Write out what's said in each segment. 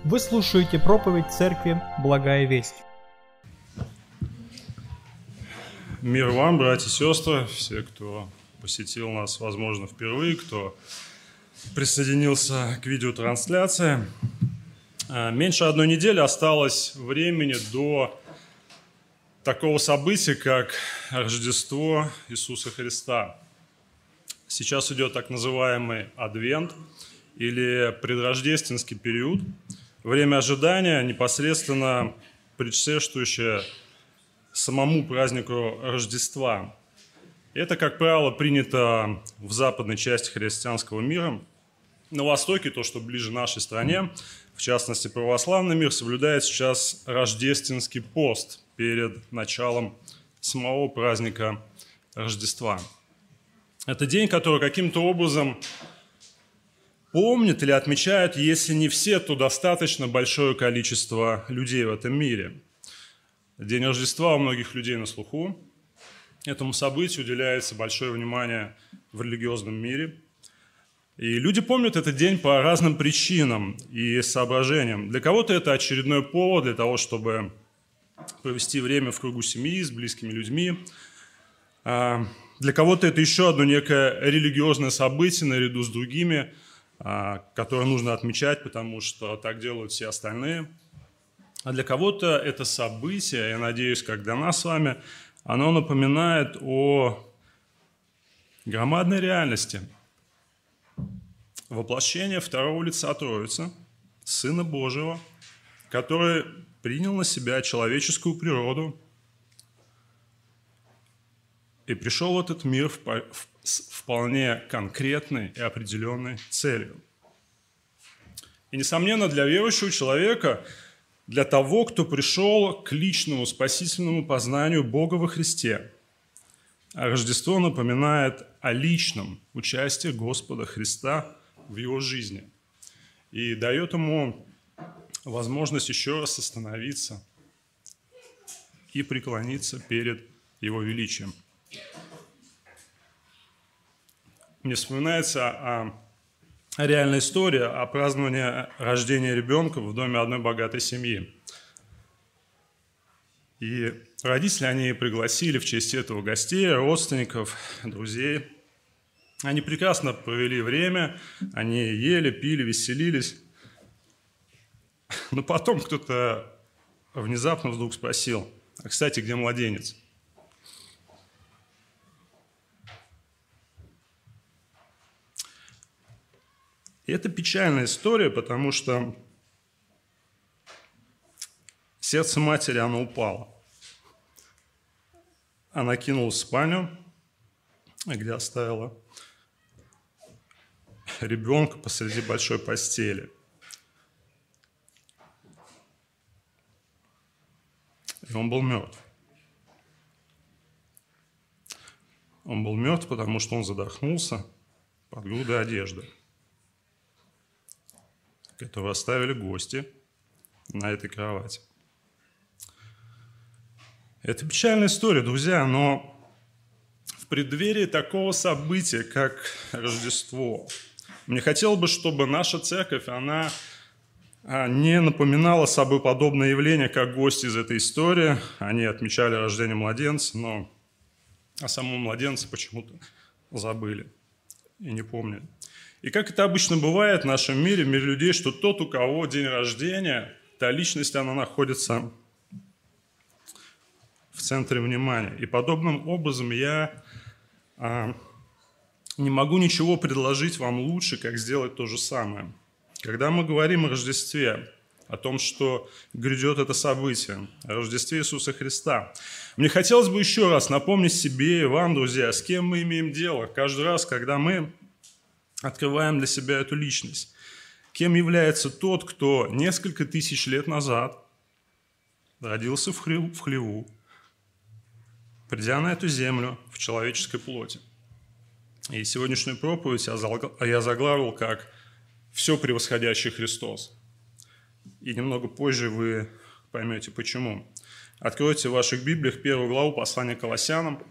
Вы слушаете проповедь церкви «Благая весть». Мир вам, братья и сестры, все, кто посетил нас, возможно, впервые, кто присоединился к видеотрансляции. Меньше одной недели осталось времени до такого события, как Рождество Иисуса Христа. Сейчас идет так называемый Адвент или предрождественский период, время ожидания, непосредственно предшествующее самому празднику Рождества. Это, как правило, принято в западной части христианского мира. На Востоке, то, что ближе нашей стране, в частности, православный мир, соблюдает сейчас рождественский пост перед началом самого праздника Рождества. Это день, который каким-то образом помнят или отмечают, если не все, то достаточно большое количество людей в этом мире. День Рождества у многих людей на слуху. Этому событию уделяется большое внимание в религиозном мире. И люди помнят этот день по разным причинам и соображениям. Для кого-то это очередной повод для того, чтобы провести время в кругу семьи, с близкими людьми. Для кого-то это еще одно некое религиозное событие наряду с другими, которое нужно отмечать, потому что так делают все остальные. А для кого-то это событие, я надеюсь, как для нас с вами, оно напоминает о громадной реальности. Воплощение второго лица Троицы, Сына Божьего, который принял на себя человеческую природу и пришел в этот мир с вполне конкретной и определенной целью. И, несомненно, для верующего человека, для того, кто пришел к личному спасительному познанию Бога во Христе, Рождество напоминает о личном участии Господа Христа в его жизни и дает ему возможность еще раз остановиться и преклониться перед его величием. Мне вспоминается реальная история о праздновании рождения ребенка в доме одной богатой семьи. И родители, они пригласили в честь этого гостей, родственников, друзей. Они прекрасно провели время, они ели, пили, веселились. Но потом кто-то внезапно вдруг спросил: «А, кстати, где младенец?» И это печальная история, потому что сердце матери, оно упало. Она кинулась в спальню, где оставила ребенка посреди большой постели. И он был мертв. Он был мертв, потому что он задохнулся под грудой одежды, которую оставили гости на этой кровати. Это печальная история, друзья, но в преддверии такого события, как Рождество, мне хотелось бы, чтобы наша церковь, она не напоминала собой подобное явление, как гости из этой истории. Они отмечали рождение младенца, но о самом младенце почему-то забыли и не помнили. И как это обычно бывает в нашем мире, в мире людей, что тот, у кого день рождения, та личность, она находится в центре внимания. И подобным образом я не могу ничего предложить вам лучше, как сделать то же самое. Когда мы говорим о Рождестве, о том, что грядет это событие, о Рождестве Иисуса Христа, мне хотелось бы еще раз напомнить себе и вам, друзья, с кем мы имеем дело каждый раз, когда мы открываем для себя эту личность. Кем является тот, кто несколько тысяч лет назад родился в хлеву, придя на эту землю в человеческой плоти. И сегодняшнюю проповедь я заглавил как «Все превосходящий Христос». И немного позже вы поймете, почему. Откройте в ваших Библиях 1 главу послания к Колоссянам.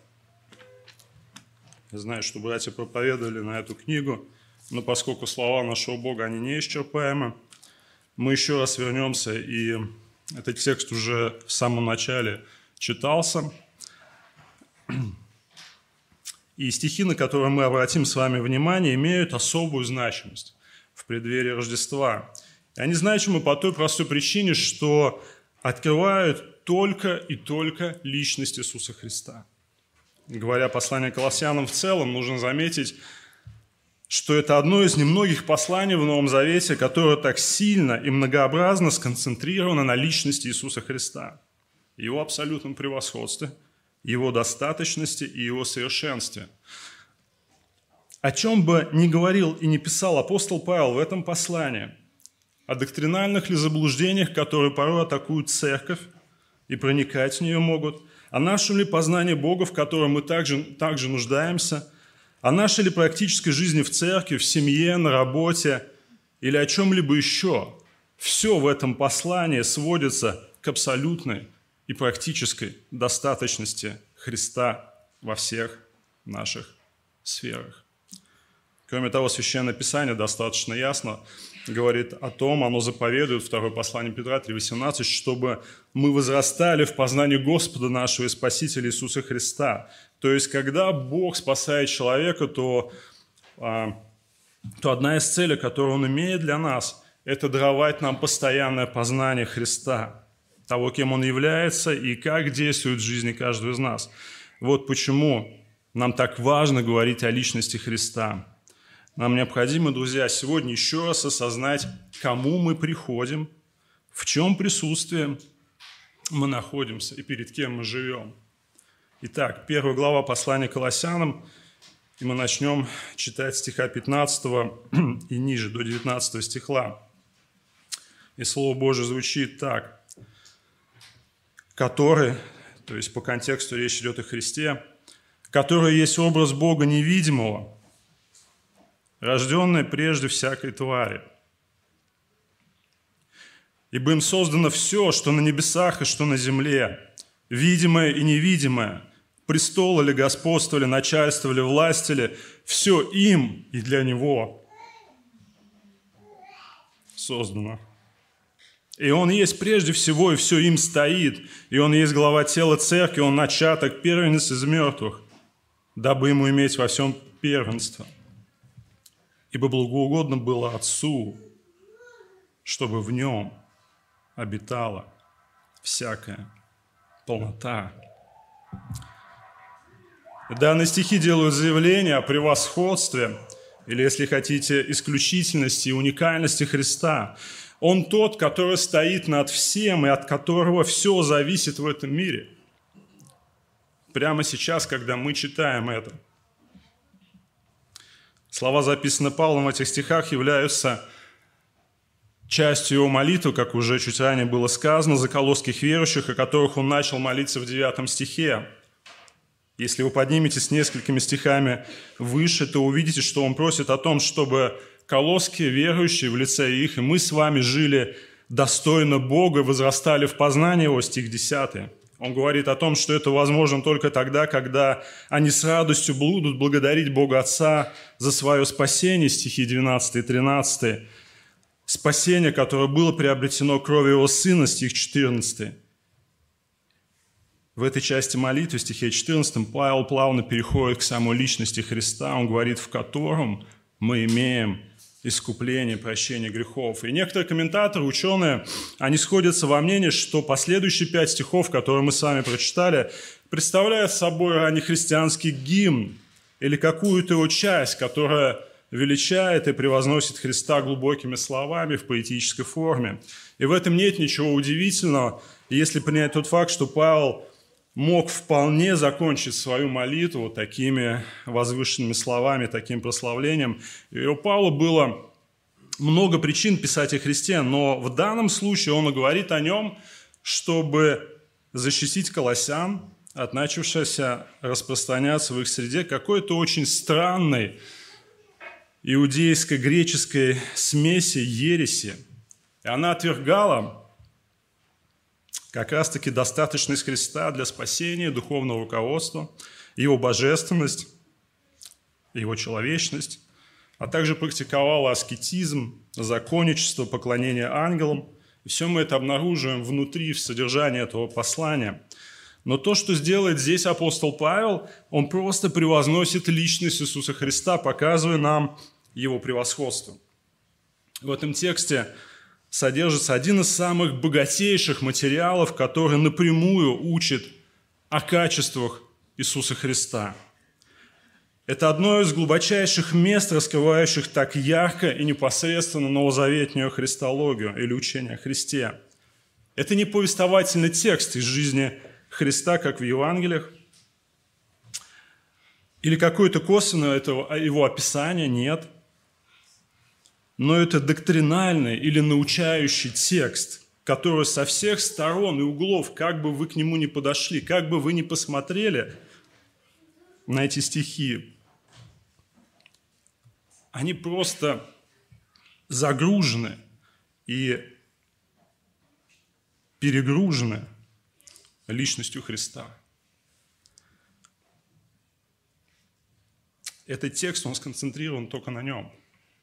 Я знаю, что братья проповедовали на эту книгу, но поскольку слова нашего Бога, они неисчерпаемы, Мы еще раз вернемся, и этот текст уже в самом начале читался. И стихи, на которые мы обратим с вами внимание, имеют особую значимость в преддверии Рождества. И они значимы по той простой причине, что открывают только и только личность Иисуса Христа. Говоря послание Колоссянам в целом, нужно заметить, что это одно из немногих посланий в Новом Завете, которое так сильно и многообразно сконцентрировано на личности Иисуса Христа, Его абсолютном превосходстве, Его достаточности и Его совершенстве. О чем бы ни говорил и ни писал апостол Павел в этом послании, о доктринальных ли заблуждениях, которые порой атакуют церковь и проникать в нее могут, о нашем ли познании Бога, в котором мы также нуждаемся, о нашей ли практической жизни в церкви, в семье, на работе или о чем-либо еще. Все в этом послании сводится к абсолютной и практической достаточности Христа во всех наших сферах. Кроме того, Священное Писание достаточно ясно говорит о том, оно заповедует, второе послание Петра 3,18, чтобы мы возрастали в познании Господа нашего и Спасителя Иисуса Христа. То есть, когда Бог спасает человека, то одна из целей, которую Он имеет для нас, это даровать нам постоянное познание Христа, того, кем Он является и как действует в жизни каждого из нас. Вот почему нам так важно говорить о личности Христа. Нам необходимо, друзья, сегодня еще раз осознать, к кому мы приходим, в чем присутствии мы находимся и перед кем мы живем. Итак, 1 глава послания Колоссянам, и мы начнем читать стиха 15 и ниже, до 19 стиха. И Слово Божие звучит так: «Который», то есть по контексту речь идет о Христе, «который есть образ Бога невидимого, рожденный прежде всякой твари. Ибо им создано все, что на небесах и что на земле, видимое и невидимое, престолы ли, господство ли, начальство ли, власти ли, все им и для Него создано. И Он есть прежде всего, и все им стоит, и Он есть глава тела церкви, Он начаток, первенец из мертвых, дабы Ему иметь во всем первенство. Ибо благоугодно было Отцу, чтобы в Нем обитала всякая полнота». Данные стихи делают заявление о превосходстве, или, если хотите, исключительности и уникальности Христа. Он тот, который стоит над всем и от которого все зависит в этом мире. Прямо сейчас, когда мы читаем это, слова, записанные Павлом в этих стихах, являются частью его молитвы, как уже чуть ранее было сказано, за колосских верующих, о которых он начал молиться в 9 стихе. Если вы подниметесь несколькими стихами выше, то увидите, что он просит о том, чтобы колосские верующие в лице их, и мы с вами жили достойно Бога, возрастали в познании Его, стих 10. Он говорит о том, что это возможно только тогда, когда они с радостью будут благодарить Бога Отца за свое спасение, стихи 12 и 13. Спасение, которое было приобретено кровью Его Сына, стих 14. В этой части молитвы, в стихе 14, Павел плавно переходит к самой личности Христа. Он говорит, в котором мы имеем искупление, прощение грехов. И некоторые комментаторы, ученые, они сходятся во мнении, что последующие 5 стихов, которые мы с вами прочитали, представляют собой раннехристианский гимн или какую-то его часть, которая величает и превозносит Христа глубокими словами в поэтической форме. И в этом нет ничего удивительного, если принять тот факт, что Павел мог вполне закончить свою молитву такими возвышенными словами, таким прославлением. И у Павла было много причин писать о Христе, но в данном случае он говорит о нем, чтобы защитить колоссян от начавшейся распространяться в их среде какой-то очень странной иудейско-греческой смеси, ереси. И она отвергала как раз-таки достаточность Христа для спасения, духовного руководства, Его божественность, Его человечность, а также практиковала аскетизм, законничество, поклонение ангелам. И все мы это обнаруживаем внутри, в содержании этого послания. Но то, что сделает здесь апостол Павел, он просто превозносит личность Иисуса Христа, показывая нам его превосходство. В этом тексте содержится один из самых богатейших материалов, который напрямую учит о качествах Иисуса Христа. Это одно из глубочайших мест, раскрывающих так ярко и непосредственно новозаветную христологию или учение о Христе. Это не повествовательный текст из жизни Христа, как в Евангелиях, или какое-то косвенное его описание, нет. Но это доктринальный или научающий текст, который со всех сторон и углов, как бы вы к нему ни подошли, как бы вы ни посмотрели на эти стихи, они просто загружены и перегружены личностью Христа. Этот текст, он сконцентрирован только на нем.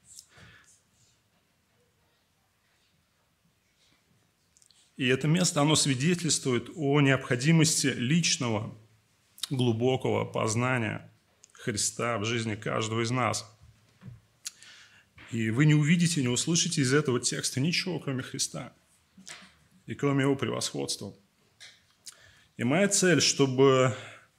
И это место, оно свидетельствует о необходимости личного, глубокого познания Христа в жизни каждого из нас. И вы не увидите, не услышите из этого текста ничего, кроме Христа и кроме Его превосходства. И моя цель, чтобы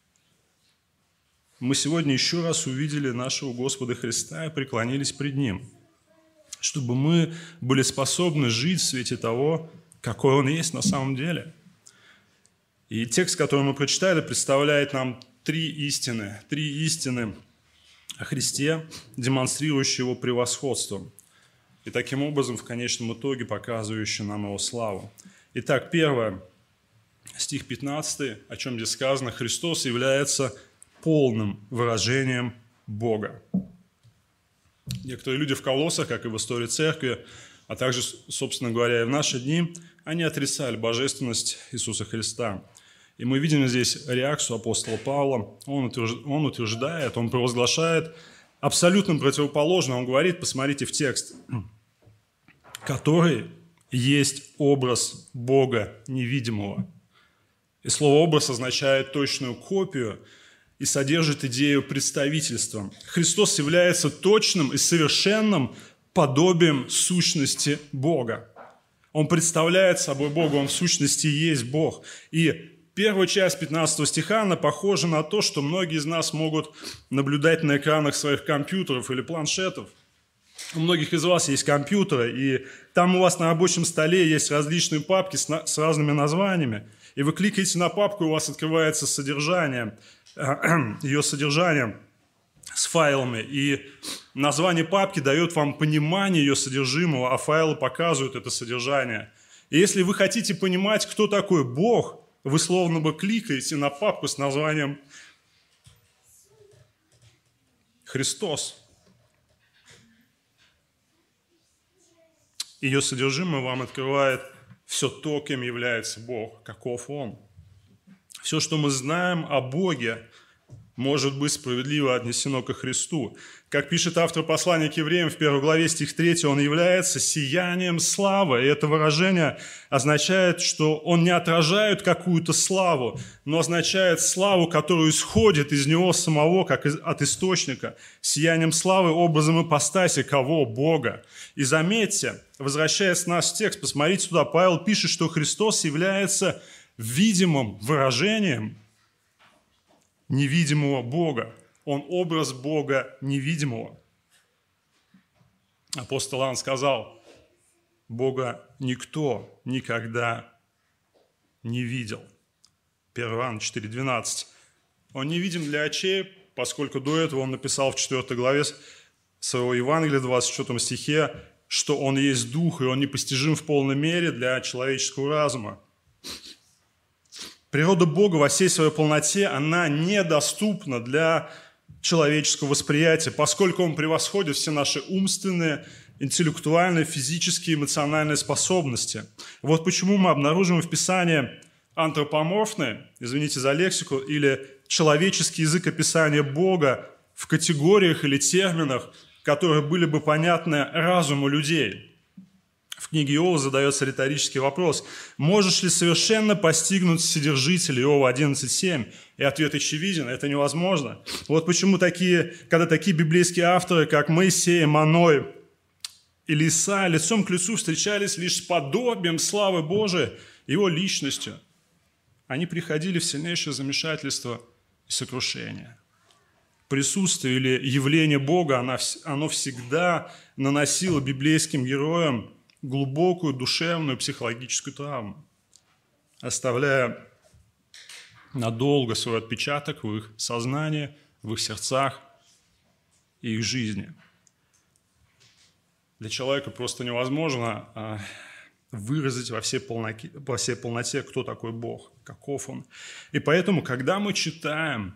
мы сегодня еще раз увидели нашего Господа Христа и преклонились пред Ним, чтобы мы были способны жить в свете того, какой Он есть на самом деле. И текст, который мы прочитали, представляет нам три истины о Христе, демонстрирующие Его превосходство, и таким образом в конечном итоге показывающие нам Его славу. Итак, первое, стих 15, о чем здесь сказано: Христос является полным выражением Бога. Некоторые люди в Колоссах, как и в истории церкви, а также, собственно говоря, и в наши дни, они отрицали божественность Иисуса Христа. И мы видим здесь реакцию апостола Павла. Он утверждает, он провозглашает абсолютно противоположно. Он говорит, посмотрите в текст, который есть образ Бога невидимого. И слово «образ» означает точную копию и содержит идею представительства. Христос является точным и совершенным подобием сущности Бога. Он представляет собой Бога, Он в сущности есть Бог. И первая часть 15 стиха, она похожа на то, что многие из нас могут наблюдать на экранах своих компьютеров или планшетов. У многих из вас есть компьютеры, и там у вас на рабочем столе есть различные папки с разными названиями. И вы кликаете на папку, и у вас открывается содержание, ее содержание с файлами. И название папки дает вам понимание ее содержимого, а файлы показывают это содержание. И если вы хотите понимать, кто такой Бог, вы словно бы кликаете на папку с названием «Христос». Ее содержимое вам открывает все то, кем является Бог, каков Он. Все, что мы знаем о Боге, может быть справедливо отнесено ко Христу. Как пишет автор послания к евреям в 1 главе стих 3, Он является сиянием славы. И это выражение означает, что Он не отражает какую-то славу, но означает славу, которая исходит из Него самого, как от источника. Сиянием славы, образом ипостаси кого? Бога. И заметьте, возвращаясь в наш текст, посмотрите туда, Павел пишет, что Христос является видимым выражением невидимого Бога. Он образ Бога невидимого. Апостол Иоанн сказал, Бога никто никогда не видел. 1 Иоанна 4,12. Он не видим для очей, поскольку до этого он написал в 4 главе своего Евангелия, 24 стихе, что Он есть Дух, и Он непостижим в полной мере для человеческого разума. Природа Бога во всей своей полноте, она недоступна для человеческого восприятия, поскольку Он превосходит все наши умственные, интеллектуальные, физические, эмоциональные способности. Вот почему мы обнаруживаем в Писании антропоморфный, извините за лексику, или человеческий язык описания Бога в категориях или терминах, которые были бы понятны разуму людей. В книге Иова задается риторический вопрос: можешь ли совершенно постигнуть Вседержителя? Иова 11:7. И ответ очевиден: это невозможно. Вот почему когда такие библейские авторы, как Моисей, Маной или Исаия, лицом к лицу встречались лишь с подобием славы Божией, его личностью, они приходили в сильнейшее замешательство и сокрушение. Присутствие или явление Бога, оно всегда наносило библейским героям глубокую душевную, психологическую травму, оставляя надолго свой отпечаток в их сознании, в их сердцах и их жизни. Для человека просто невозможно выразить во всей полноте, кто такой Бог, каков Он. И поэтому, когда мы читаем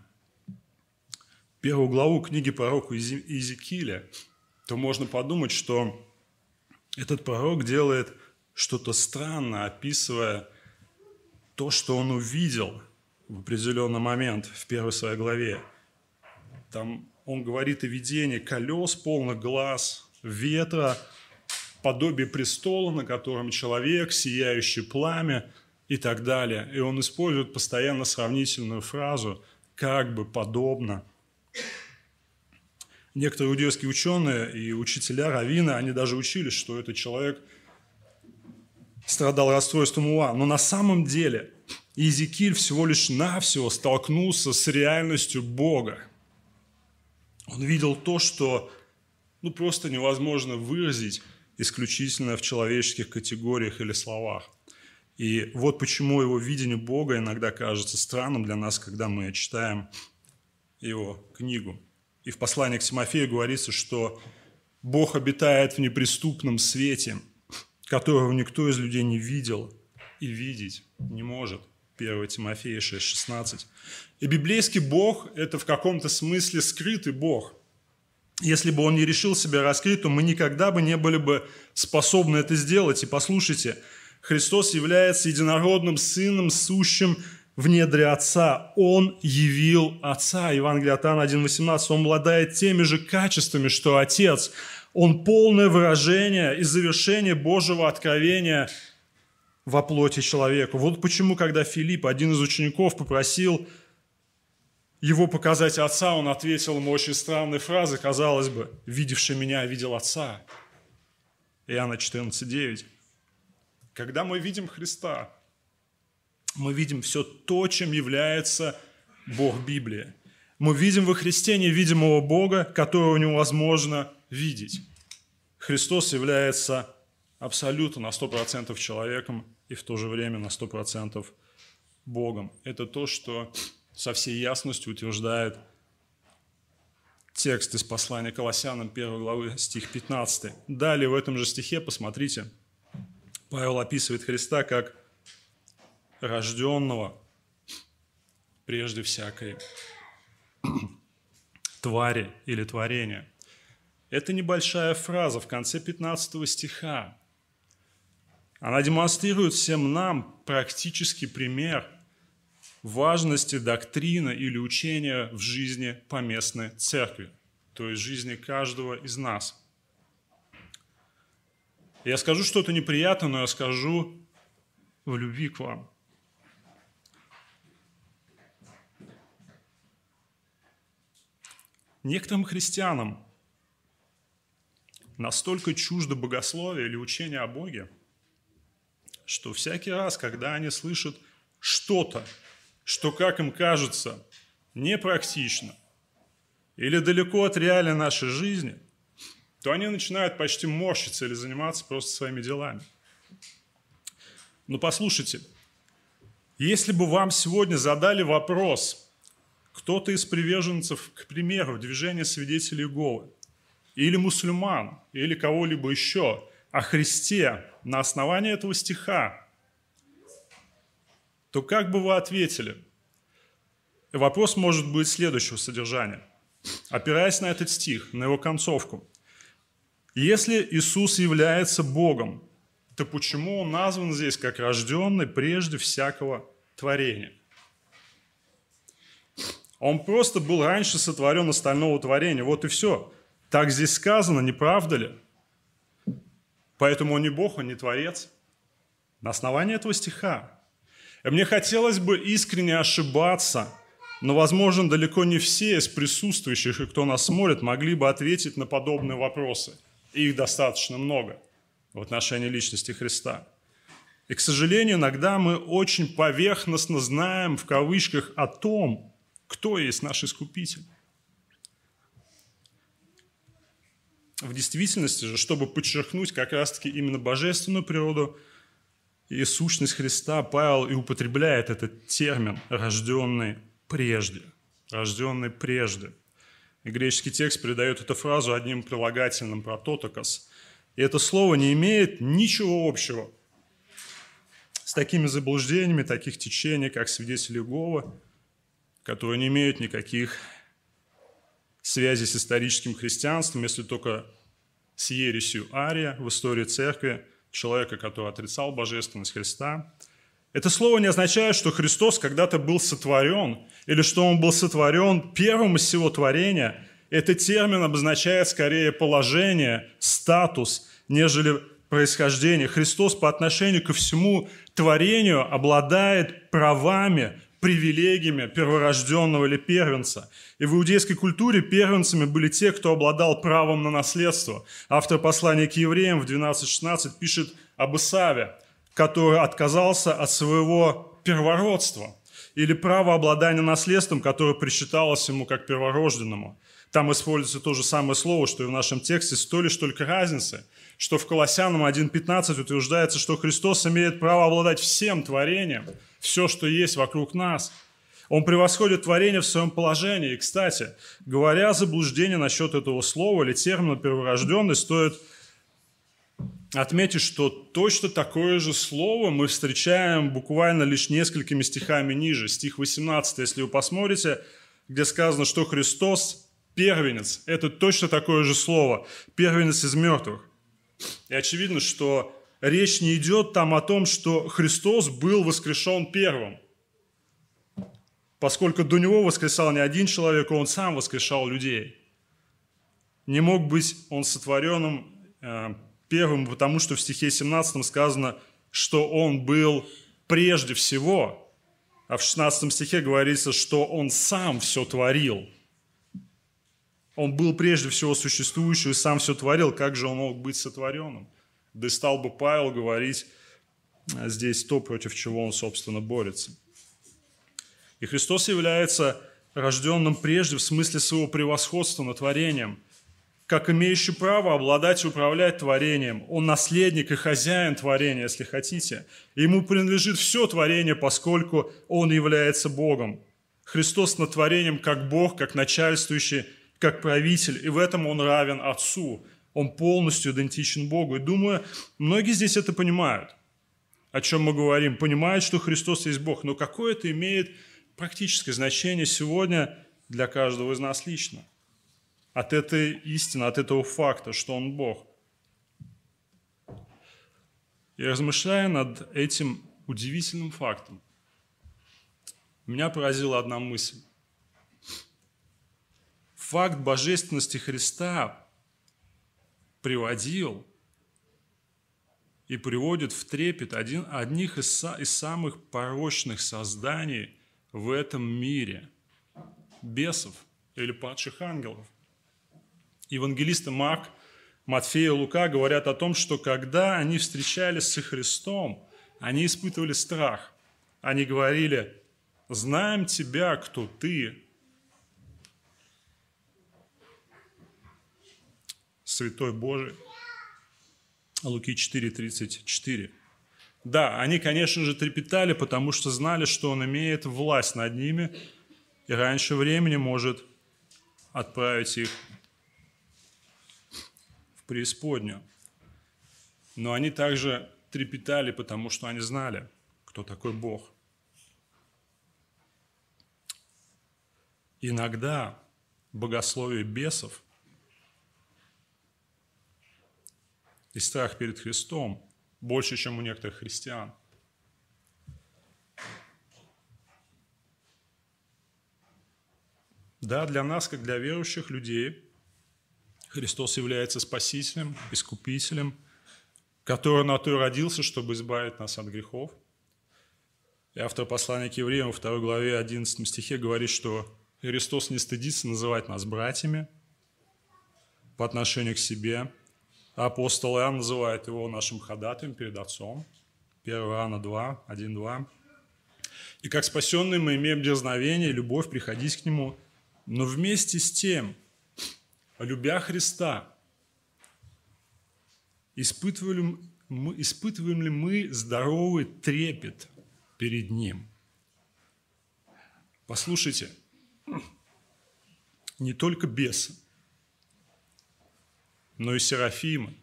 первую главу книги пророка Иезекииля, то можно подумать, что этот пророк делает что-то странное, описывая то, что он увидел в определенный момент в первой своей главе. Там он говорит о видении колес, полных глаз, ветра, подобие престола, на котором человек, сияющий пламя и так далее. И он использует постоянно сравнительную фразу «как бы подобно». Некоторые иудейские ученые и учителя, раввины, они даже учились, что этот человек страдал расстройством ума. Но на самом деле Иезекииль всего лишь навсего столкнулся с реальностью Бога. Он видел то, что просто невозможно выразить исключительно в человеческих категориях или словах. И вот почему его видение Бога иногда кажется странным для нас, когда мы читаем его книгу. И в послании к Тимофею говорится, что Бог обитает в неприступном свете, которого никто из людей не видел и видеть не может. 1 Тимофея 6:16. И библейский Бог – это в каком-то смысле скрытый Бог. Если бы Он не решил себя раскрыть, то мы никогда бы не были бы способны это сделать. И послушайте, Христос является единородным Сыном, сущим в недре Отца. Он явил Отца. Евангелие от Иоанна 1:18. Он обладает теми же качествами, что Отец. Он полное выражение и завершение Божьего откровения во плоти человеку. Вот почему, когда Филипп, один из учеников, попросил его показать Отца, он ответил ему очень странной фразой, казалось бы: «Видевший меня, видел Отца». Иоанна 14:9. Когда мы видим Христа, мы видим все то, чем является Бог Библии. Мы видим во Христе невидимого Бога, которого невозможно видеть. Христос является абсолютно на 100% человеком и в то же время на 100% Богом. Это то, что со всей ясностью утверждает текст из послания к Колоссянам 1 главы, стих 15. Далее в этом же стихе, посмотрите, Павел описывает Христа как рожденного прежде всякой твари или творения. Это небольшая фраза в конце 15 стиха. Она демонстрирует всем нам практический пример важности доктрины или учения в жизни поместной церкви, то есть жизни каждого из нас. Я скажу что-то неприятное, но я скажу в любви к вам. Некоторым христианам настолько чуждо богословие или учение о Боге, что всякий раз, когда они слышат что-то, что, как им кажется, непрактично или далеко от реалий нашей жизни, то они начинают почти морщиться или заниматься просто своими делами. Но послушайте, если бы вам сегодня задали вопрос, кто-то из приверженцев, к примеру, движения свидетелей Иеговы, или мусульман, или кого-либо еще, о Христе на основании этого стиха, то как бы вы ответили? И вопрос может быть следующего содержания. Опираясь на этот стих, на его концовку. Если Иисус является Богом, то почему Он назван здесь как рожденный прежде всякого творения? Он просто был раньше сотворен остального творения, вот и все. Так здесь сказано, не правда ли? Поэтому он не Бог, он не Творец. На основании этого стиха. И мне хотелось бы искренне ошибаться, но, возможно, далеко не все из присутствующих и кто нас смотрит могли бы ответить на подобные вопросы. И их достаточно много в отношении личности Христа. И, к сожалению, иногда мы очень поверхностно знаем, в кавычках, о том, кто есть наш Искупитель. В действительности же, чтобы подчеркнуть как раз-таки именно божественную природу и сущность Христа, Павел и употребляет этот термин «рожденный прежде». «Рожденный прежде». И греческий текст передает эту фразу одним прилагательным «прототокос». И это слово не имеет ничего общего с такими заблуждениями, таких течений, как свидетели Иеговы, которые не имеют никаких связей с историческим христианством, если только с ересью Ария в истории церкви, человека, который отрицал божественность Христа. Это слово не означает, что Христос когда-то был сотворен, или что Он был сотворен первым из всего творения. Этот термин обозначает скорее положение, статус, нежели происхождение. Христос по отношению ко всему творению обладает правами, привилегиями перворожденного или первенца. И в иудейской культуре первенцами были те, кто обладал правом на наследство. Автор послания к евреям в 12:16 пишет об Исаве, который отказался от своего первородства или права обладания наследством, которое причиталось ему как перворожденному. Там используется то же самое слово, что и в нашем тексте, с той лишь только разницей, что в Колоссянам 1:15 утверждается, что Христос имеет право обладать всем творением, все, что есть вокруг нас. Он превосходит творение в своем положении. И, кстати, говоря о заблуждении насчет этого слова или термина «перворожденный», стоит отметить, что точно такое же слово мы встречаем буквально лишь несколькими стихами ниже. Стих 18, если вы посмотрите, где сказано, что Христос первенец. Это точно такое же слово. Первенец из мертвых. И очевидно, что речь не идет там о том, что Христос был воскрешен первым. Поскольку до Него воскресал не один человек, Он сам воскрешал людей. Не мог быть Он сотворенным первым, потому что в стихе 17 сказано, что Он был прежде всего, а в 16 стихе говорится, что Он сам все творил. Он был прежде всего существующим и сам все творил. Как же Он мог быть сотворенным? Да и стал бы Павел говорить здесь то, против чего он, собственно, борется. И Христос является рожденным прежде в смысле своего превосходства над творением, как имеющий право обладать и управлять творением. Он наследник и хозяин творения, если хотите. И ему принадлежит все творение, поскольку он является Богом. Христос над творением как Бог, как начальствующий, как правитель, и в этом он равен Отцу. Он полностью идентичен Богу. И думаю, многие здесь это понимают, о чем мы говорим. Понимают, что Христос есть Бог. Но какое это имеет практическое значение сегодня для каждого из нас лично? От этой истины, от этого факта, что Он Бог. И размышляя над этим удивительным фактом, меня поразила одна мысль. Факт божественности Христа приводил и приводит в трепет одних из самых порочных созданий в этом мире – бесов или падших ангелов. Евангелисты Марк, Матфей и Лука говорят о том, что когда они встречались со Христом, они испытывали страх. Они говорили: «Знаем Тебя, кто Ты, Святой Божий». Луки 4:34. Да, они, конечно же, трепетали, потому что знали, что Он имеет власть над ними и раньше времени может отправить их в преисподнюю. Но они также трепетали, потому что они знали, кто такой Бог. Иногда богословие бесов и страх перед Христом больше, чем у некоторых христиан. Да, для нас, как для верующих людей, Христос является Спасителем, Искупителем, который на то и родился, чтобы избавить нас от грехов. И автор послания к евреям во 2 главе 11 стихе говорит, что Христос не стыдится называть нас братьями по отношению к себе. А апостол Иоанн называет его нашим ходатаем перед Отцом. 1 Иоанна 2, 1-2. И как спасенные мы имеем дерзновение и любовь приходить к Нему, но вместе с тем, любя Христа, испытываем ли мы здоровый трепет перед Ним? Послушайте, не только бесы, но и серафимы,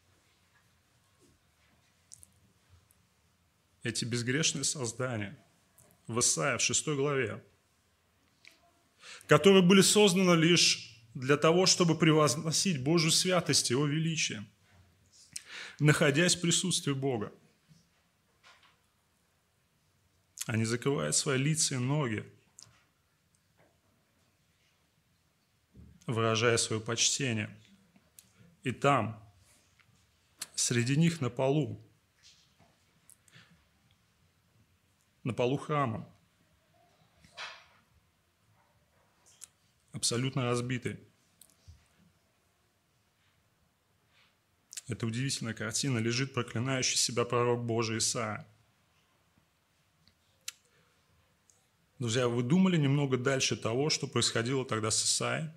эти безгрешные создания, в Исаии, в 6 главе, которые были созданы лишь для того, чтобы превозносить Божью святость и Его величие, находясь в присутствии Бога. Они закрывают свои лица и ноги, выражая свое почтение. И там, среди них на полу храма, абсолютно разбитый. Это удивительная картина. Лежит проклинающий себя пророк Божий Исаия. Друзья, вы думали немного дальше того, что происходило тогда с Исаией?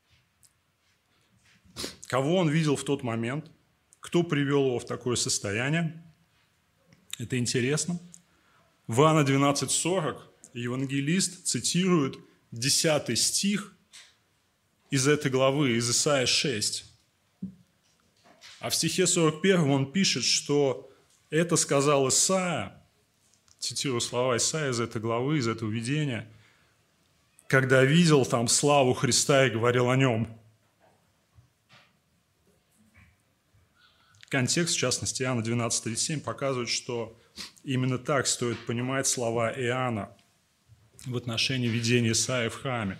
Кого он видел в тот момент? Кто привел его в такое состояние? Это интересно. В Иоанна 12:40 евангелист цитирует 10 стих из этой главы, из Исаии 6. А в стихе 41 он пишет, что это сказал Исаия, цитирую слова Исаии из этой главы, из этого видения, когда видел там славу Христа и говорил о нем. Контекст, в частности, Иоанна 12:37, показывает, что именно так стоит понимать слова Иоанна в отношении видения Исаии в храме.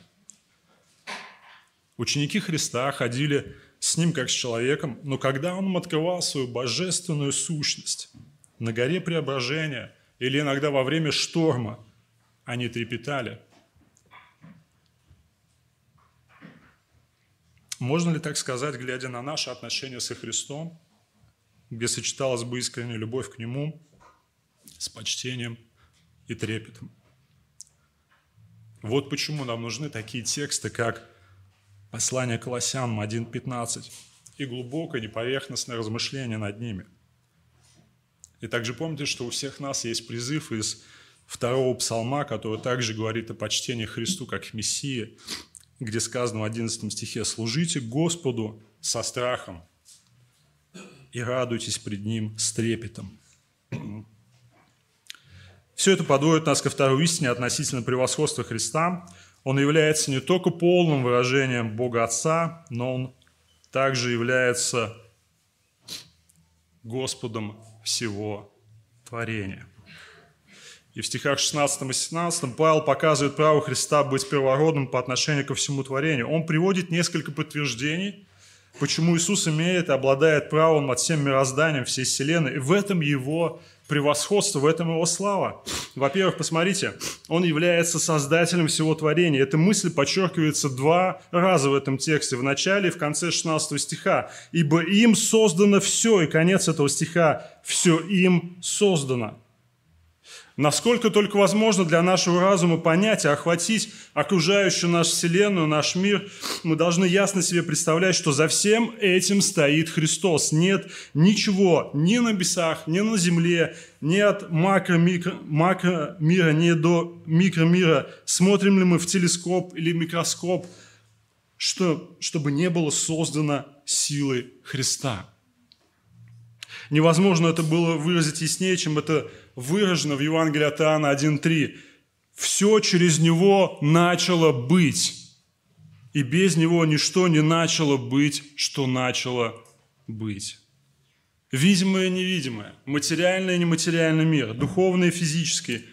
Ученики Христа ходили с Ним как с человеком, но когда Он им открывал свою божественную сущность на горе Преображения или иногда во время шторма, они трепетали. Можно ли так сказать, глядя на наши отношения со Христом, где сочеталась бы искренняя любовь к Нему с почтением и трепетом? Вот почему нам нужны такие тексты, как послание к Колоссянам 1:15 и глубокое неповерхностное размышление над ними. И также помните, что у всех нас есть призыв из 2 псалма, который также говорит о почтении Христу как Мессии, где сказано в 11 стихе: «Служите Господу со страхом и радуйтесь пред Ним с трепетом». Все это подводит нас ко второй истине относительно превосходства Христа. Он является не только полным выражением Бога Отца, но Он также является Господом всего творения. И в стихах 16 и 17 Павел показывает право Христа быть первородным по отношению ко всему творению. Он приводит несколько подтверждений, почему Иисус имеет и обладает правом над всем мирозданием, всей вселенной. И в этом Его превосходство, в этом Его слава. Во-первых, посмотрите, Он является создателем всего творения. Эта мысль подчеркивается 2 раза в этом тексте, в начале и в конце 16 стиха. «Ибо им создано все», и конец этого стиха, «все им создано». Насколько только возможно для нашего разума понять и охватить окружающую нашу Вселенную, наш мир, мы должны ясно себе представлять, что за всем этим стоит Христос. Нет ничего ни на небесах, ни на земле, ни от макромира, ни до микромира. Смотрим ли мы в телескоп или микроскоп, чтобы не было создано силой Христа. Невозможно это было выразить яснее, чем это выражено в Евангелии от Иоанна 1:3. «Все через Него начало быть, и без Него ничто не начало быть, что начало быть». Видимое и невидимое, материальный и нематериальный мир, духовный и физический.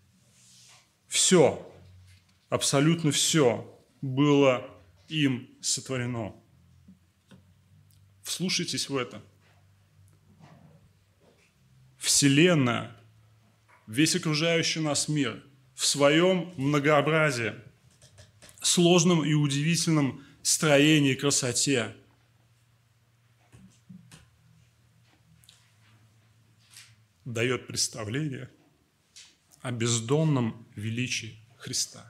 Все, абсолютно все было им сотворено. Вслушайтесь в это. Вселенная, весь окружающий нас мир в своем многообразии, сложном и удивительном строении и красоте дает представление о бездонном величии Христа.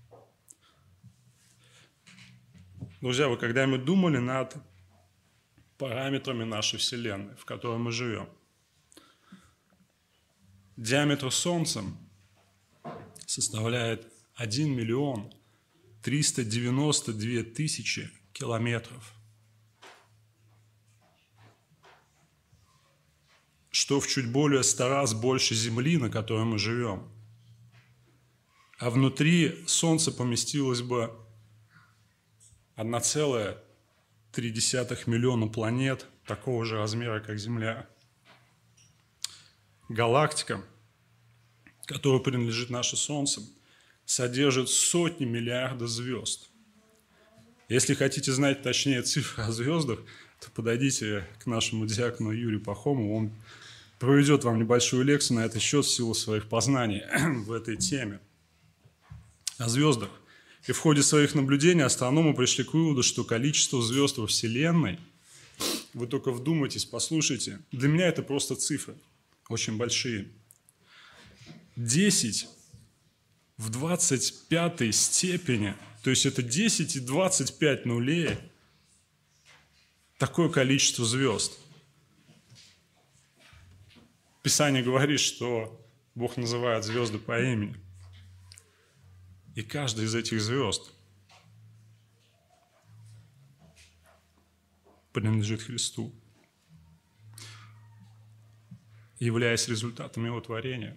Друзья, вы когда-нибудь думали над параметрами нашей Вселенной, в которой мы живем? Диаметр Солнца составляет 1 миллион 392 тысячи километров, что в чуть более 100 раз больше Земли, на которой мы живем. А внутри Солнца поместилось бы 1,3 миллиона планет такого же размера, как Земля. Галактика, которой принадлежит наше Солнце, содержит сотни миллиардов звезд. Если хотите знать точнее цифры о звездах, то подойдите к нашему диакону Юрию Пахомову. Он проведет вам небольшую лекцию на этот счет в силу своих познаний в этой теме. О звездах. И в ходе своих наблюдений астрономы пришли к выводу, что количество звезд во Вселенной, вы только вдумайтесь, послушайте, для меня это просто цифры, очень большие. 10 в 25 степени, то есть это 10 и 25 нулей, такое количество звезд. Писание говорит, что Бог называет звезды по имени. И каждая из этих звезд принадлежит Христу, являясь результатом Его творения.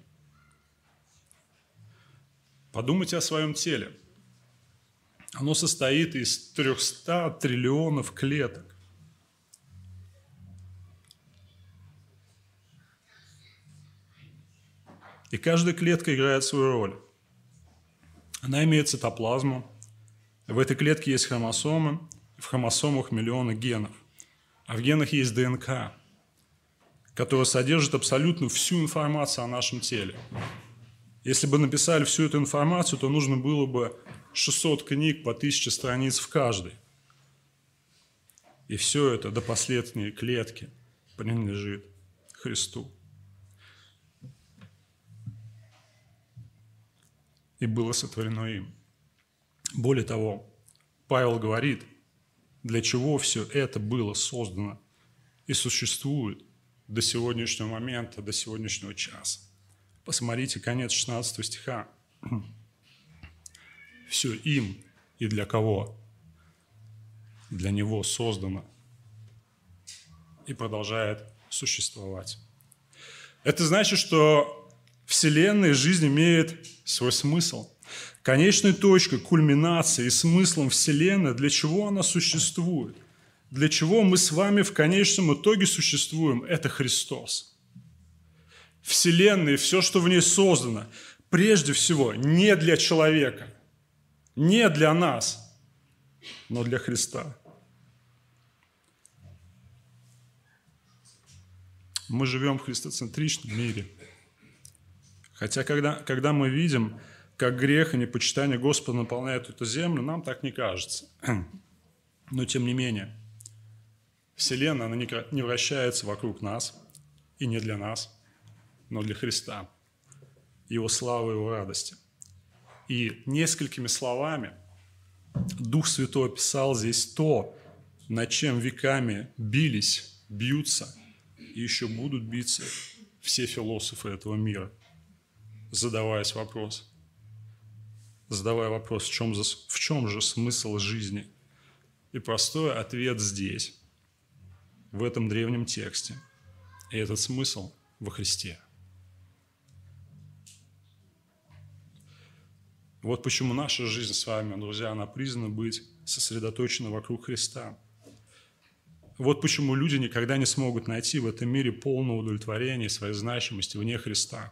Подумайте о своем теле. Оно состоит из 300 триллионов клеток. И каждая клетка играет свою роль. Она имеет цитоплазму. В этой клетке есть хромосомы. В хромосомах миллионы генов. А в генах есть ДНК, которая содержит абсолютно всю информацию о нашем теле. Если бы написали всю эту информацию, то нужно было бы 600 книг по 1000 страниц в каждой. И все это до последней клетки принадлежит Христу. И было сотворено им. Более того, Павел говорит, для чего все это было создано и существует до сегодняшнего момента, до сегодняшнего часа. Посмотрите конец 16 стиха. Все им и для кого? Для Него создано и продолжает существовать. Это значит, что Вселенная, жизнь имеет свой смысл. Конечной точкой, кульминацией и смыслом Вселенной, для чего она существует, для чего мы с вами в конечном итоге существуем, это Христос. Вселенная и все, что в ней создано, прежде всего не для человека, не для нас, но для Христа. Мы живем в христоцентричном мире. Хотя, когда мы видим, как грех и непочитание Господа наполняют эту землю, нам так не кажется. Но, тем не менее, Вселенная, она не вращается вокруг нас, и не для нас, но для Христа, Его славы, Его радости. И несколькими словами Дух Святой описал здесь то, над чем веками бились, бьются и еще будут биться все философы этого мира, задавая вопрос, в чем же смысл жизни? И простой ответ здесь, в этом древнем тексте. И этот смысл во Христе. Вот почему наша жизнь с вами, друзья, она призвана быть сосредоточена вокруг Христа. Вот почему люди никогда не смогут найти в этом мире полного удовлетворения своей значимости вне Христа.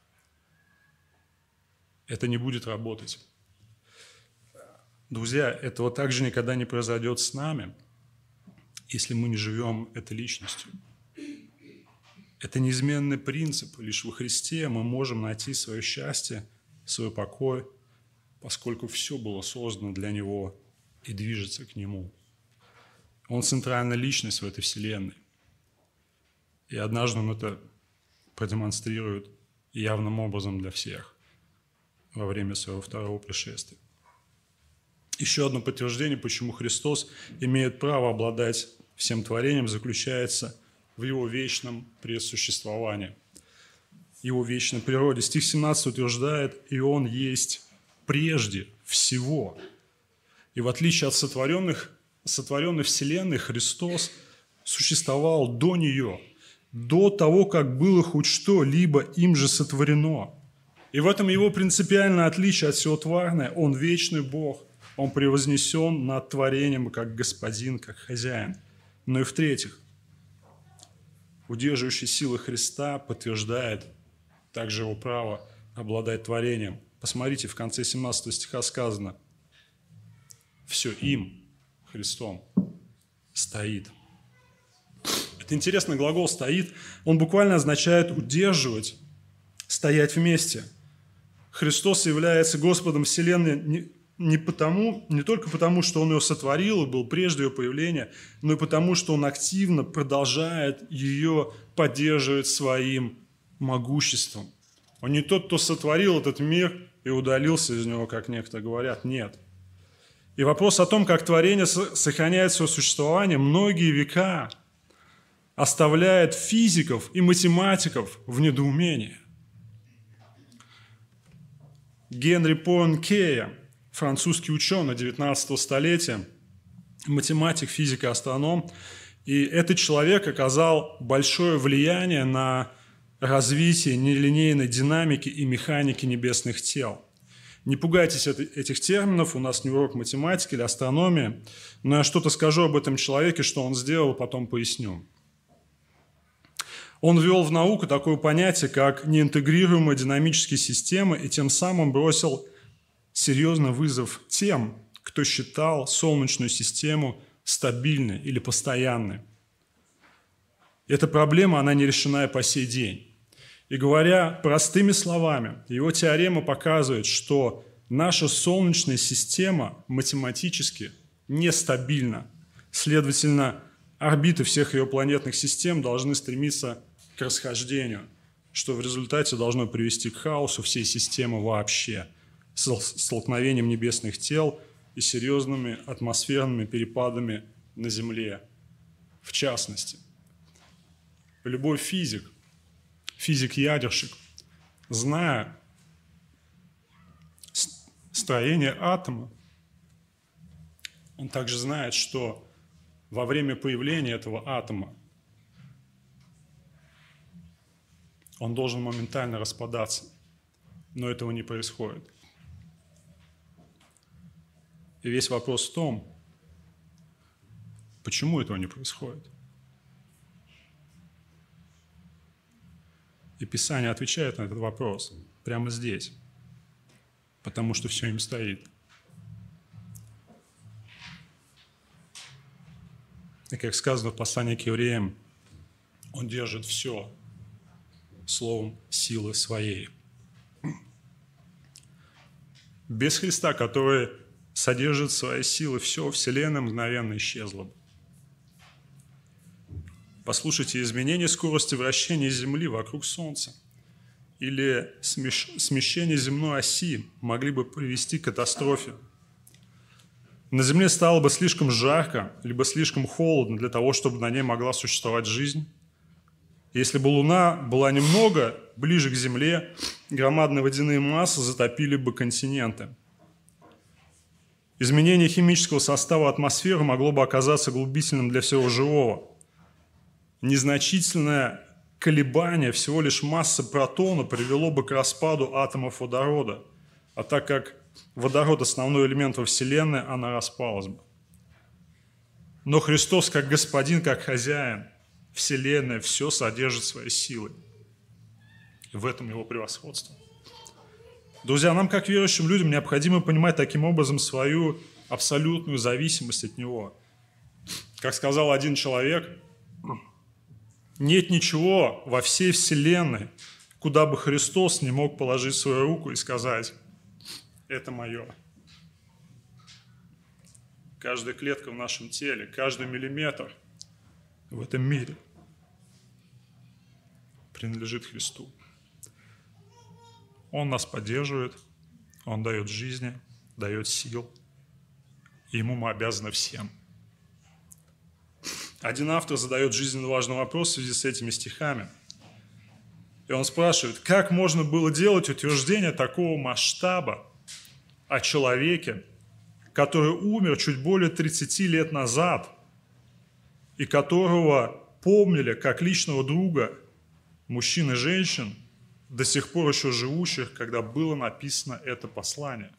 Это не будет работать. Друзья, этого также никогда не произойдет с нами, если мы не живем этой личностью. Это неизменный принцип. Лишь во Христе мы можем найти свое счастье, свой покой, поскольку все было создано для Него и движется к Нему. Он центральная личность в этой вселенной. И однажды Он это продемонстрирует явным образом для всех во время своего второго пришествия. Еще одно подтверждение, почему Христос имеет право обладать всем творением, заключается в Его вечном пресуществовании, Его вечной природе. Стих 17 утверждает: «И Он есть прежде всего». И в отличие от сотворенной вселенной, Христос существовал до нее, до того, как было хоть что-либо им же сотворено. И в этом Его принципиальное отличие от всего тварное. Он вечный Бог, Он превознесен над творением как Господин, как Хозяин. Но и в-третьих, удерживающая сила Христа подтверждает также Его право обладать творением. Посмотрите, в конце 17 стиха сказано: «Все им, Христом, стоит». Это интересный глагол «стоит». Он буквально означает удерживать, стоять вместе. Христос является Господом вселенной не только потому, что Он ее сотворил и был прежде ее появления, но и потому, что Он активно продолжает ее поддерживать своим могуществом. Он не тот, кто сотворил этот мир и удалился из него, как некоторые говорят. Нет. И вопрос о том, как творение сохраняет свое существование многие века, оставляет физиков и математиков в недоумении. Генри Пуанкея, французский ученый 19 столетия, математик, физик и астроном. И этот человек оказал большое влияние на развитие нелинейной динамики и механики небесных тел. Не пугайтесь этих терминов, у нас не урок математики или астрономии, но я что-то скажу об этом человеке, что он сделал, потом поясню. Он ввел в науку такое понятие, как неинтегрируемые динамические системы, и тем самым бросил серьезный вызов тем, кто считал Солнечную систему стабильной или постоянной. Эта проблема, она не решена и по сей день. И говоря простыми словами, его теорема показывает, что наша Солнечная система математически нестабильна. Следовательно, орбиты всех ее планетных систем должны стремиться к расхождению, что в результате должно привести к хаосу всей системы вообще, с столкновением небесных тел и серьезными атмосферными перепадами на Земле. В частности, любой физик-ядерщик, зная строение атома, он также знает, что во время появления этого атома он должен моментально распадаться, но этого не происходит. И весь вопрос в том, почему этого не происходит. И Писание отвечает на этот вопрос прямо здесь, потому что все им стоит. И как сказано в послании к евреям, Он держит все словом силы своей. Без Христа, который содержит своей силы, все Вселенная мгновенно исчезла бы. Послушайте, изменение скорости вращения Земли вокруг Солнца или смещение земной оси могли бы привести к катастрофе. На Земле стало бы слишком жарко, либо слишком холодно для того, чтобы на ней могла существовать жизнь. Если бы Луна была немного ближе к Земле, громадные водяные массы затопили бы континенты. Изменение химического состава атмосферы могло бы оказаться губительным для всего живого. Незначительное колебание всего лишь массы протона привело бы к распаду атомов водорода, а так как водород – основной элемент во Вселенной, она распалась бы. Но Христос, как Господин, как Хозяин, Вселенная, все содержит своей силой. И в этом Его превосходство. Друзья, нам, как верующим людям, необходимо понимать таким образом свою абсолютную зависимость от Него. Как сказал один человек, нет ничего во всей вселенной, куда бы Христос не мог положить свою руку и сказать: это мое. Каждая клетка в нашем теле, каждый миллиметр в этом мире принадлежит Христу. Он нас поддерживает, Он дает жизни, дает сил, и Ему мы обязаны всем. Один автор задает жизненно важный вопрос в связи с этими стихами. И он спрашивает, как можно было делать утверждение такого масштаба о человеке, который умер чуть более 30 лет назад, и которого помнили как личного друга мужчин и женщин, до сих пор еще живущих, когда было написано это послание.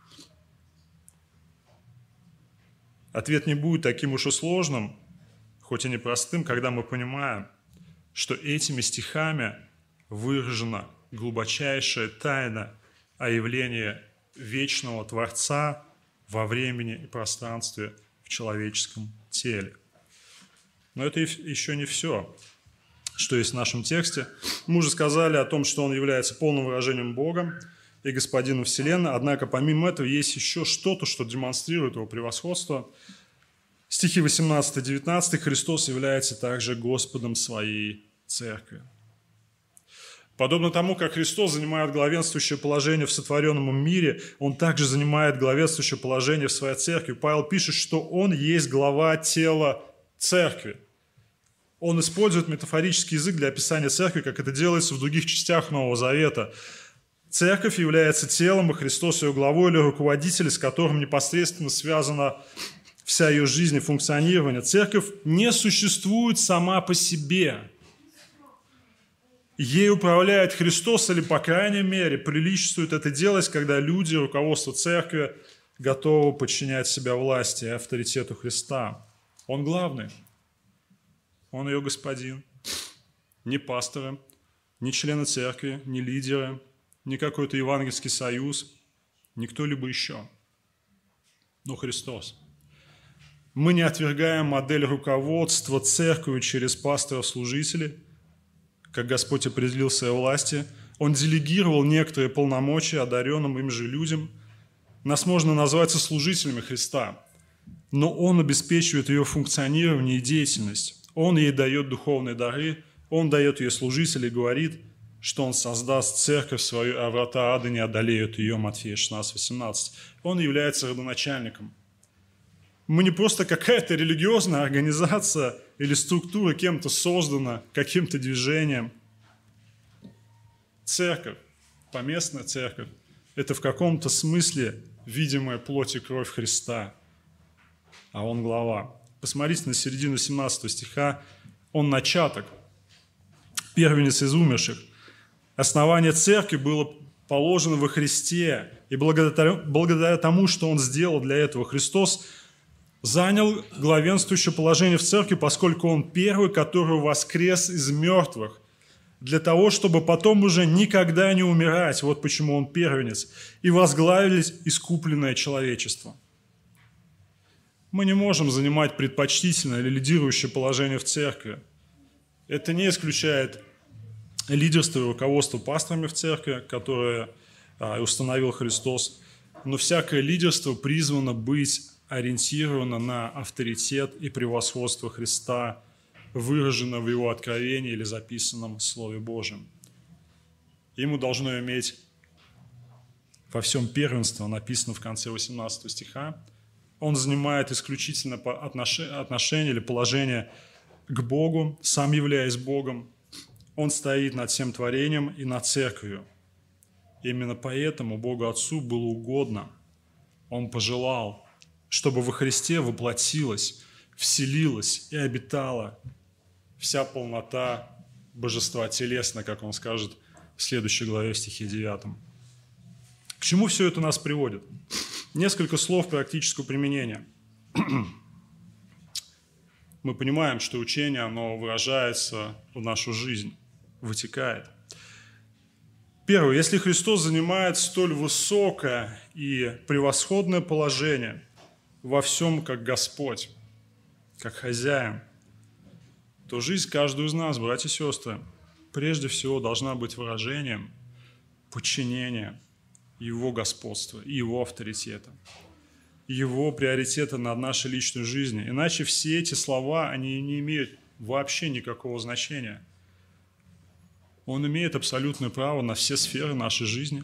Ответ не будет таким уж и сложным, хоть и непростым, когда мы понимаем, что этими стихами выражена глубочайшая тайна о явлении вечного Творца во времени и пространстве в человеческом теле. Но это еще не все, что есть в нашем тексте. Мы уже сказали о том, что Он является полным выражением Бога и Господином Вселенной, однако помимо этого есть еще что-то, что демонстрирует Его превосходство. Стихи 18-19. Христос является также Господом своей церкви. Подобно тому, как Христос занимает главенствующее положение в сотворенном мире, Он также занимает главенствующее положение в своей церкви. Павел пишет, что Он есть глава тела церкви. Он использует метафорический язык для описания церкви, как это делается в других частях Нового Завета. Церковь является телом, и Христос ее главой или руководителем, с которым непосредственно связана вся ее жизнь и функционирование. Церковь не существует сама по себе. Ей управляет Христос, или, по крайней мере, приличествует это делать, когда люди, руководство церкви, готовы подчинять себя власти и авторитету Христа. Он главный. Он ее господин. Не пасторы, не члены церкви, не лидеры, не какой-то евангельский союз, не кто-либо еще, но Христос. Мы не отвергаем модель руководства церковью через пасторов-служителей, как Господь определил в своей власти. Он делегировал некоторые полномочия одаренным им же людям. Нас можно назвать служителями Христа, но Он обеспечивает ее функционирование и деятельность. Он ей дает духовные дары, Он дает ей служителей и говорит, что Он создаст церковь свою, а врата ада не одолеют ее, Матфея 16:18. Он является родоначальником. Мы не просто какая-то религиозная организация или структура, кем-то создана, каким-то движением. Церковь, поместная церковь, это в каком-то смысле видимая плоть и кровь Христа, а Он глава. Посмотрите на середину 17 стиха. Он начаток, первенец из умерших. Основание церкви было положено во Христе, и благодаря тому, что Он сделал для этого, Христос занял главенствующее положение в церкви, поскольку Он первый, который воскрес из мертвых, для того, чтобы потом уже никогда не умирать. Вот почему Он первенец. И возглавить искупленное человечество. Мы не можем занимать предпочтительное или лидирующее положение в церкви. Это не исключает лидерство и руководство пасторами в церкви, которое установил Христос. Но всякое лидерство призвано быть ориентировано на авторитет и превосходство Христа, выражено в Его откровении или записанном в Слове Божьем. Ему должно иметь во всем первенство, написано в конце 18 стиха. Он занимает исключительно отношение или положение к Богу, сам являясь Богом. Он стоит над всем творением и над церковью. Именно поэтому Богу Отцу было угодно. Он пожелал, чтобы во Христе воплотилась, вселилась и обитала вся полнота божества телесно, как Он скажет в следующей главе, в стихе 9. К чему все это нас приводит? Несколько слов практического применения. Мы понимаем, что учение, оно выражается в нашу жизнь, вытекает. Первое. Если Христос занимает столь высокое и превосходное положение во всем, как Господь, как хозяин, то жизнь каждого из нас, братья и сестры, прежде всего должна быть выражением подчинения Его господства и Его авторитета, Его приоритета над нашей личной жизнью. Иначе все эти слова, они не имеют вообще никакого значения. Он имеет абсолютное право на все сферы нашей жизни.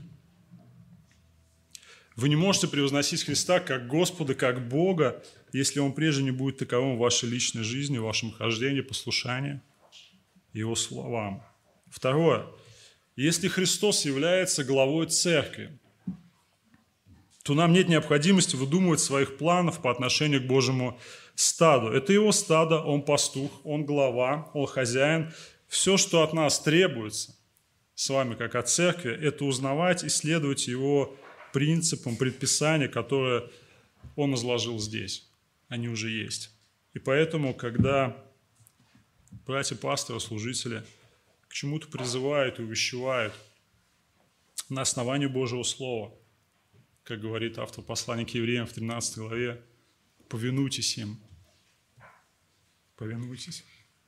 Вы не можете превозносить Христа как Господа, как Бога, если Он прежде не будет таковым в вашей личной жизни, в вашем хождении, послушании Его словам. Второе. Если Христос является главой церкви, то нам нет необходимости выдумывать своих планов по отношению к Божьему стаду. Это Его стадо, Он пастух, Он глава, Он хозяин. Все, что от нас требуется с вами, как от церкви, это узнавать и следовать Его принципам, предписания, которые Он изложил здесь. Они уже есть. И поэтому, когда братья-пасторы, служители к чему-то призывают и увещевают на основании Божьего Слова, как говорит автор послания к евреям в 13 главе, повинуйтесь им. Повинуйтесь.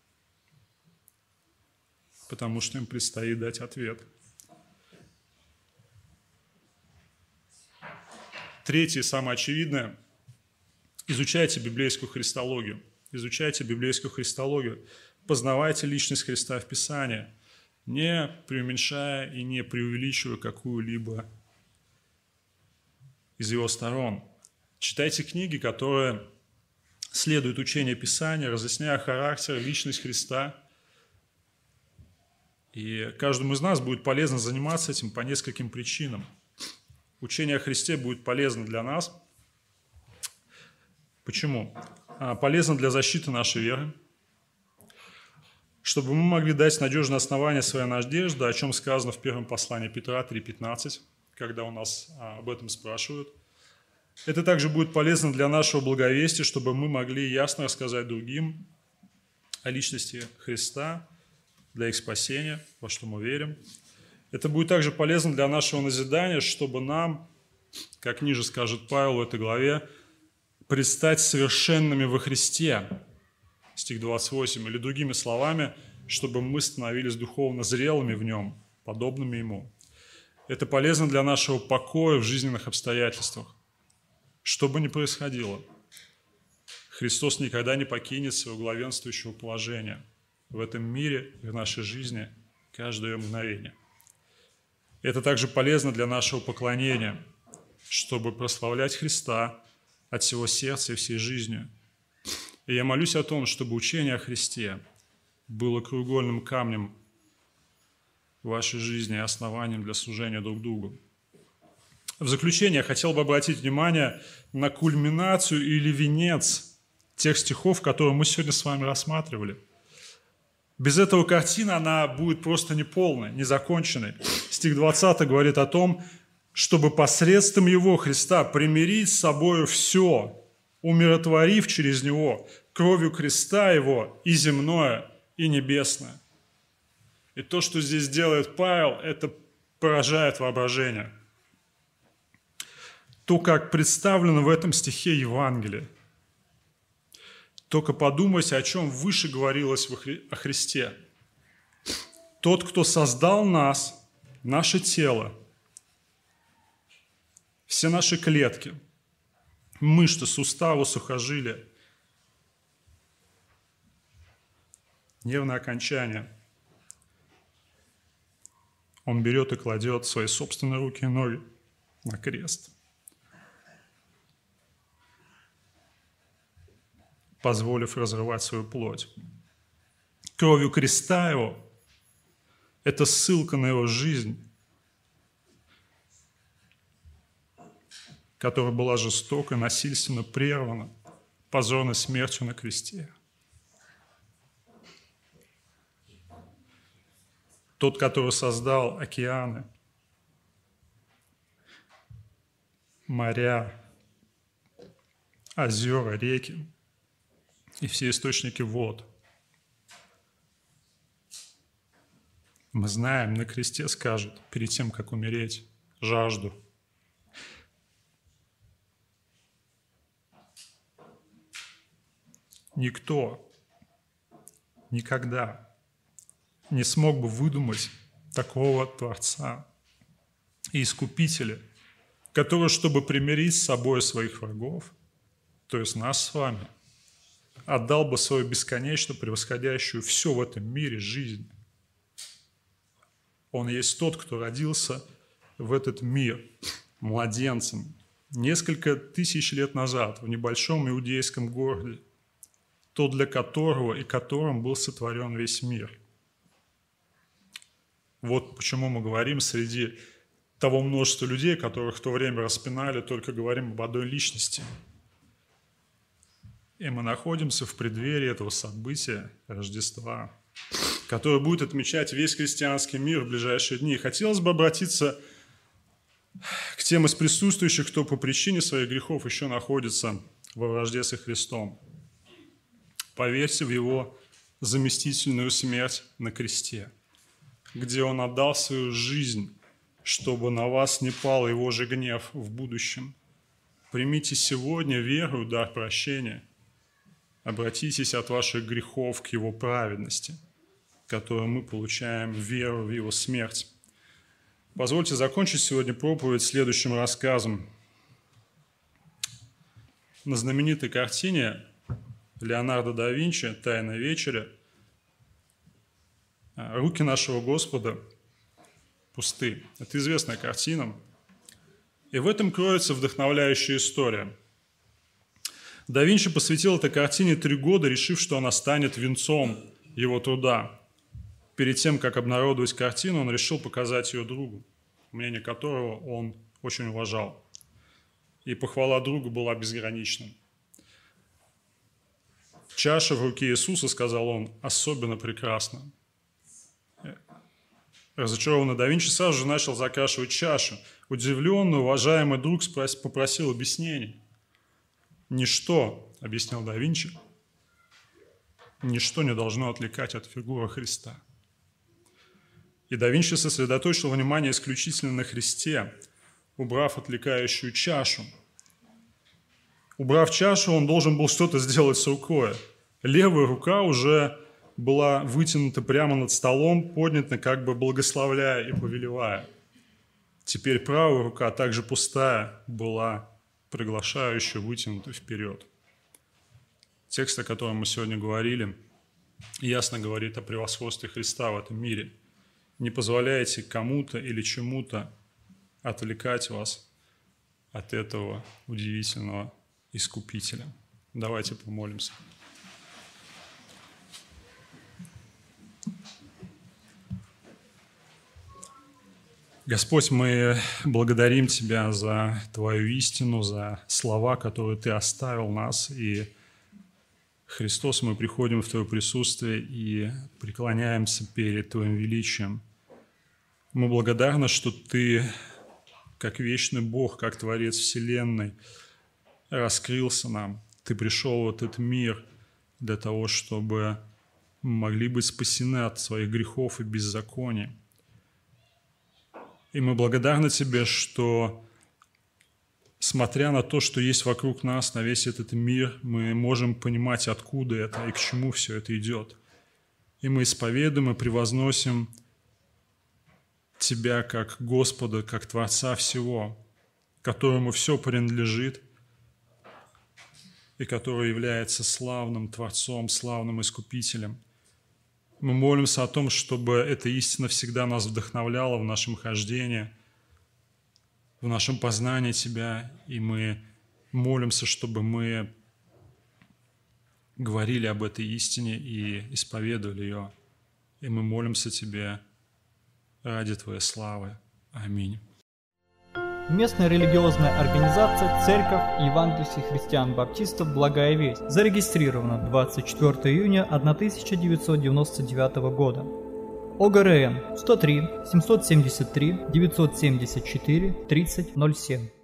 Потому что им предстоит дать ответ. Третье, самое очевидное, изучайте библейскую христологию. Изучайте библейскую христологию. Познавайте личность Христа в Писании, не преуменьшая и не преувеличивая какую-либо из его сторон. Читайте книги, которые следуют учению Писания, разъясняя характер, личность Христа. И каждому из нас будет полезно заниматься этим по нескольким причинам. Учение о Христе будет полезно для нас. Почему? Полезно для защиты нашей веры, чтобы мы могли дать надежное основание своей надежды, о чем сказано в первом послании Петра 3:15, когда у нас об этом спрашивают. Это также будет полезно для нашего благовестия, чтобы мы могли ясно рассказать другим о личности Христа, для их спасения, во что мы верим. Это будет также полезно для нашего назидания, чтобы нам, как ниже скажет Павел в этой главе, предстать совершенными во Христе, стих 28, или другими словами, чтобы мы становились духовно зрелыми в Нем, подобными Ему. Это полезно для нашего покоя в жизненных обстоятельствах. Что бы ни происходило, Христос никогда не покинет своего главенствующего положения в этом мире, в нашей жизни, каждое мгновение. Это также полезно для нашего поклонения, чтобы прославлять Христа от всего сердца и всей жизнью. И я молюсь о том, чтобы учение о Христе было краеугольным камнем в вашей жизни и основанием для служения друг другу. В заключение я хотел бы обратить внимание на кульминацию или венец тех стихов, которые мы сегодня с вами рассматривали. Без этого картина, она будет просто неполной, незаконченной. Стих 20 говорит о том, чтобы посредством Его, Христа, примирить с собою все, умиротворив через Него кровью креста Его и земное, и небесное. И то, что здесь делает Павел, это поражает воображение. То, как представлено в этом стихе Евангелие. Только подумайте, о чем выше говорилось о Христе. Тот, кто создал нас, наше тело, все наши клетки, мышцы, суставы, сухожилия, нервные окончания, Он берет и кладет свои собственные руки и ноги на крест, позволив разрывать свою плоть. Кровью креста Его – это ссылка на Его жизнь, которая была жестоко, насильственно прервана позорной смертью на кресте. Тот, который создал океаны, моря, озера, реки и все источники вод. Мы знаем, на кресте скажет, перед тем, как умереть, жажду. никто никогда не смог бы выдумать такого Творца и Искупителя, который, чтобы примирить с собой своих врагов, то есть нас с вами, отдал бы свою бесконечно превосходящую все в этом мире жизнь. Он есть тот, кто родился в этот мир младенцем несколько тысяч лет назад в небольшом иудейском городе, тот, для которого и которым был сотворен весь мир. Вот почему мы говорим среди того множества людей, которых в то время распинали, только говорим об одной личности. И мы находимся в преддверии этого события Рождества, которое будет отмечать весь христианский мир в ближайшие дни. Хотелось бы обратиться к тем из присутствующих, кто по причине своих грехов еще находится во вражде со Христом. Поверьте в Его заместительную смерть на кресте, где Он отдал свою жизнь, чтобы на вас не пал Его же гнев в будущем. Примите сегодня веру и дар прощения. Обратитесь от ваших грехов к Его праведности, которую мы получаем веру в Его смерть. Позвольте закончить сегодня проповедь следующим рассказом. На знаменитой картине Леонардо да Винчи «Тайна вечеря» руки нашего Господа пусты. Это известная картина. И в этом кроется вдохновляющая история. Да Винчи посвятил этой картине 3 года, решив, что она станет венцом его труда. Перед тем, как обнародовать картину, он решил показать ее другу, мнение которого он очень уважал. И похвала другу была безгранична. «Чаша в руке Иисуса, — сказал он, — особенно прекрасна». Разочарованный да Винчи сразу же начал закрашивать чашу. Удивленный, уважаемый друг попросил объяснений. «Ничто, — объяснил да Винчи, — ничто не должно отвлекать от фигуры Христа». И да Винчи сосредоточил внимание исключительно на Христе, убрав отвлекающую чашу. Убрав чашу, он должен был что-то сделать с рукой. Левая рука уже была вытянута прямо над столом, поднята, как бы благословляя и повелевая. Теперь правая рука, также пустая, была приглашающе вытянута вперед. Текст, о котором мы сегодня говорили, ясно говорит о превосходстве Христа в этом мире. Не позволяйте кому-то или чему-то отвлекать вас от этого удивительного Искупителя. Давайте помолимся. Господь, мы благодарим Тебя за Твою истину, за слова, которые Ты оставил нас. И, Христос, мы приходим в Твое присутствие и преклоняемся перед Твоим величием. Мы благодарны, что Ты, как вечный Бог, как Творец Вселенной, раскрылся нам. Ты пришел в этот мир для того, чтобы мы могли быть спасены от своих грехов и беззаконий. И мы благодарны Тебе, что, смотря на то, что есть вокруг нас, на весь этот мир, мы можем понимать, откуда это и к чему все это идет. И мы исповедуем и превозносим Тебя как Господа, как Творца всего, которому все принадлежит и который является славным Творцом, славным Искупителем. Мы молимся о том, чтобы эта истина всегда нас вдохновляла в нашем хождении, в нашем познании Тебя, и мы молимся, чтобы мы говорили об этой истине и исповедовали ее. И мы молимся Тебе ради Твоей славы. Аминь. Местная религиозная организация «Церковь евангельских христиан-баптистов Благая Весть» зарегистрирована 24 июня 1999 года. ОГРН 103 773 974 3007.